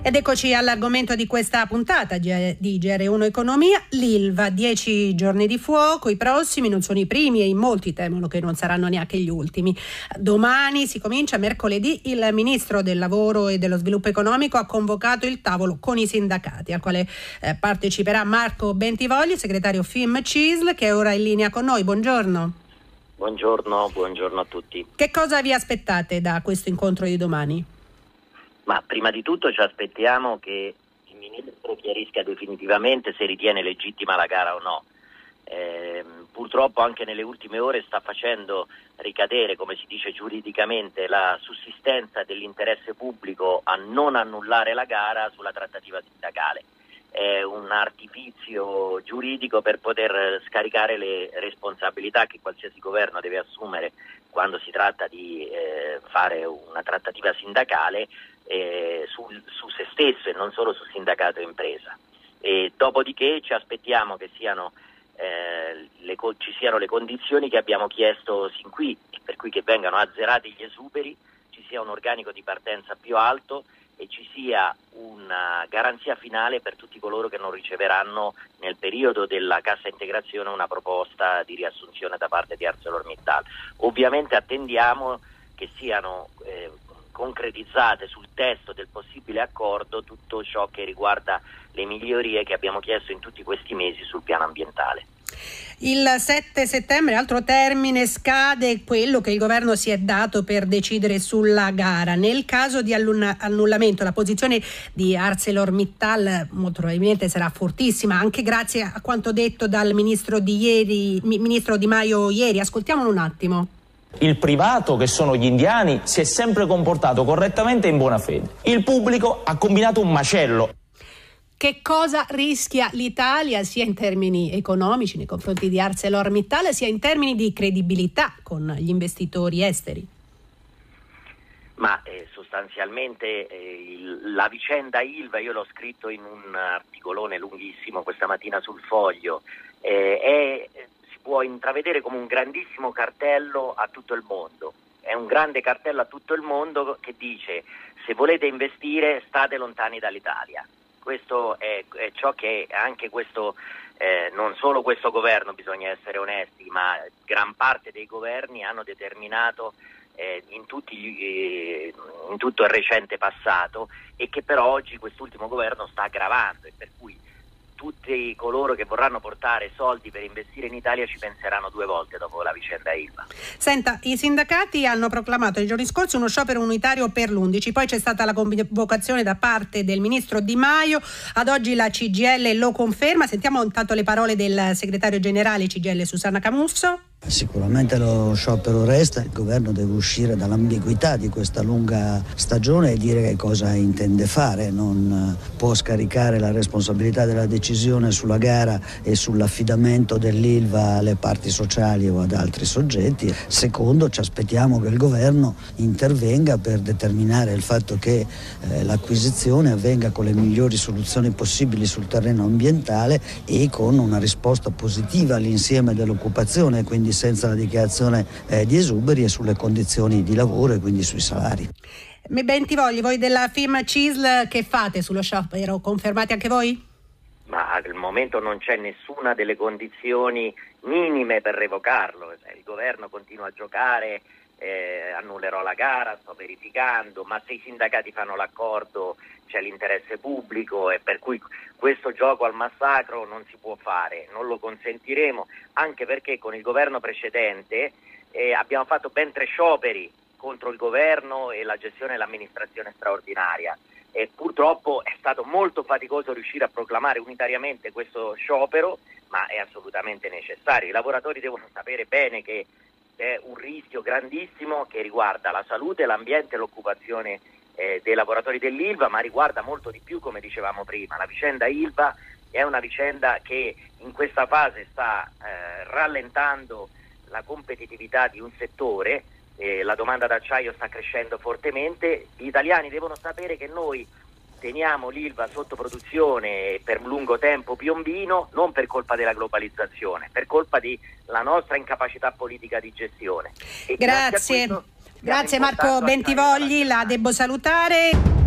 Ed eccoci all'argomento di questa puntata di GR1 Economia. L'Ilva, 10 giorni di fuoco, i prossimi non sono i primi e in molti temono che non saranno neanche gli ultimi. Domani si comincia, mercoledì, il Ministro del Lavoro e dello Sviluppo Economico ha convocato il tavolo con i sindacati, al quale parteciperà Marco Bentivogli, segretario FIM-CISL, che è ora in linea con noi. Buongiorno. Buongiorno a tutti. Che cosa vi aspettate da questo incontro di domani? Ma prima di tutto ci aspettiamo che il Ministro chiarisca definitivamente se ritiene legittima la gara o no. Purtroppo anche nelle ultime ore sta facendo ricadere, come si dice giuridicamente, la sussistenza dell'interesse pubblico a non annullare la gara sulla trattativa sindacale. È un artifizio giuridico per poter scaricare le responsabilità che qualsiasi governo deve assumere quando si tratta di fare una trattativa sindacale su se stesso e non solo sul sindacato e impresa. E dopodiché ci aspettiamo che ci siano le condizioni che abbiamo chiesto sin qui, per cui che vengano azzerati gli esuberi, ci sia un organico di partenza più alto e ci sia una garanzia finale per tutti coloro che non riceveranno nel periodo della cassa integrazione una proposta di riassunzione da parte di ArcelorMittal. Ovviamente attendiamo che siano concretizzate sul testo del possibile accordo tutto ciò che riguarda le migliorie che abbiamo chiesto in tutti questi mesi sul piano ambientale. Il 7 settembre, altro termine, scade quello che il governo si è dato per decidere sulla gara. Nel caso di annullamento, la posizione di ArcelorMittal molto probabilmente sarà fortissima, anche grazie a quanto detto dal ministro Di Maio ieri. Ascoltiamolo un attimo. Il privato, che sono gli indiani, si è sempre comportato correttamente e in buona fede. Il pubblico ha combinato un macello. Che cosa rischia l'Italia sia in termini economici nei confronti di ArcelorMittal sia in termini di credibilità con gli investitori esteri? Ma sostanzialmente la vicenda Ilva, io l'ho scritto in un articolone lunghissimo questa mattina sul Foglio, si può intravedere come un grandissimo cartello a tutto il mondo. È un grande cartello a tutto il mondo che dice: se volete investire state lontani dall'Italia. Questo è ciò che anche questo, non solo questo governo, bisogna essere onesti, ma gran parte dei governi hanno determinato in tutto il recente passato, e che però oggi quest'ultimo governo sta aggravando, e per cui tutti coloro che vorranno portare soldi per investire in Italia ci penseranno due volte dopo la vicenda Ilva. Senta, i sindacati hanno proclamato nei giorni scorsi uno sciopero unitario per l'11, poi c'è stata la convocazione da parte del ministro Di Maio, ad oggi la CGIL lo conferma. Sentiamo intanto le parole del segretario generale CGIL Susanna Camusso. Sicuramente lo sciopero resta, il governo deve uscire dall'ambiguità di questa lunga stagione e dire che cosa intende fare, non può scaricare la responsabilità della decisione sulla gara e sull'affidamento dell'Ilva alle parti sociali o ad altri soggetti. Secondo, ci aspettiamo che il governo intervenga per determinare il fatto che l'acquisizione avvenga con le migliori soluzioni possibili sul terreno ambientale e con una risposta positiva all'insieme dell'occupazione, quindi senza la dichiarazione di esuberi, e sulle condizioni di lavoro e quindi sui salari. Bentivogli, voi della FIM-CISL che fate sullo sciopero? Confermate anche voi? Ma al momento non c'è nessuna delle condizioni minime per revocarlo. Il governo continua a giocare, annullerò la gara, sto verificando, ma se i sindacati fanno l'accordo c'è l'interesse pubblico, e per cui questo gioco al massacro non si può fare, non lo consentiremo, anche perché con il governo precedente abbiamo fatto ben 3 scioperi contro il governo e la gestione dell'amministrazione straordinaria, e purtroppo è stato molto faticoso riuscire a proclamare unitariamente questo sciopero, ma è assolutamente necessario. I lavoratori devono sapere bene che è un rischio grandissimo che riguarda la salute, l'ambiente e l'occupazione dei lavoratori dell'Ilva, ma riguarda molto di più, come dicevamo prima. La vicenda Ilva è una vicenda che in questa fase sta rallentando la competitività di un settore, la domanda d'acciaio sta crescendo fortemente. Gli italiani devono sapere che noi teniamo l'Ilva sotto produzione per lungo tempo piombino, non per colpa della globalizzazione, per colpa della nostra incapacità politica di gestione. Grazie Marco Bentivogli, la devo salutare.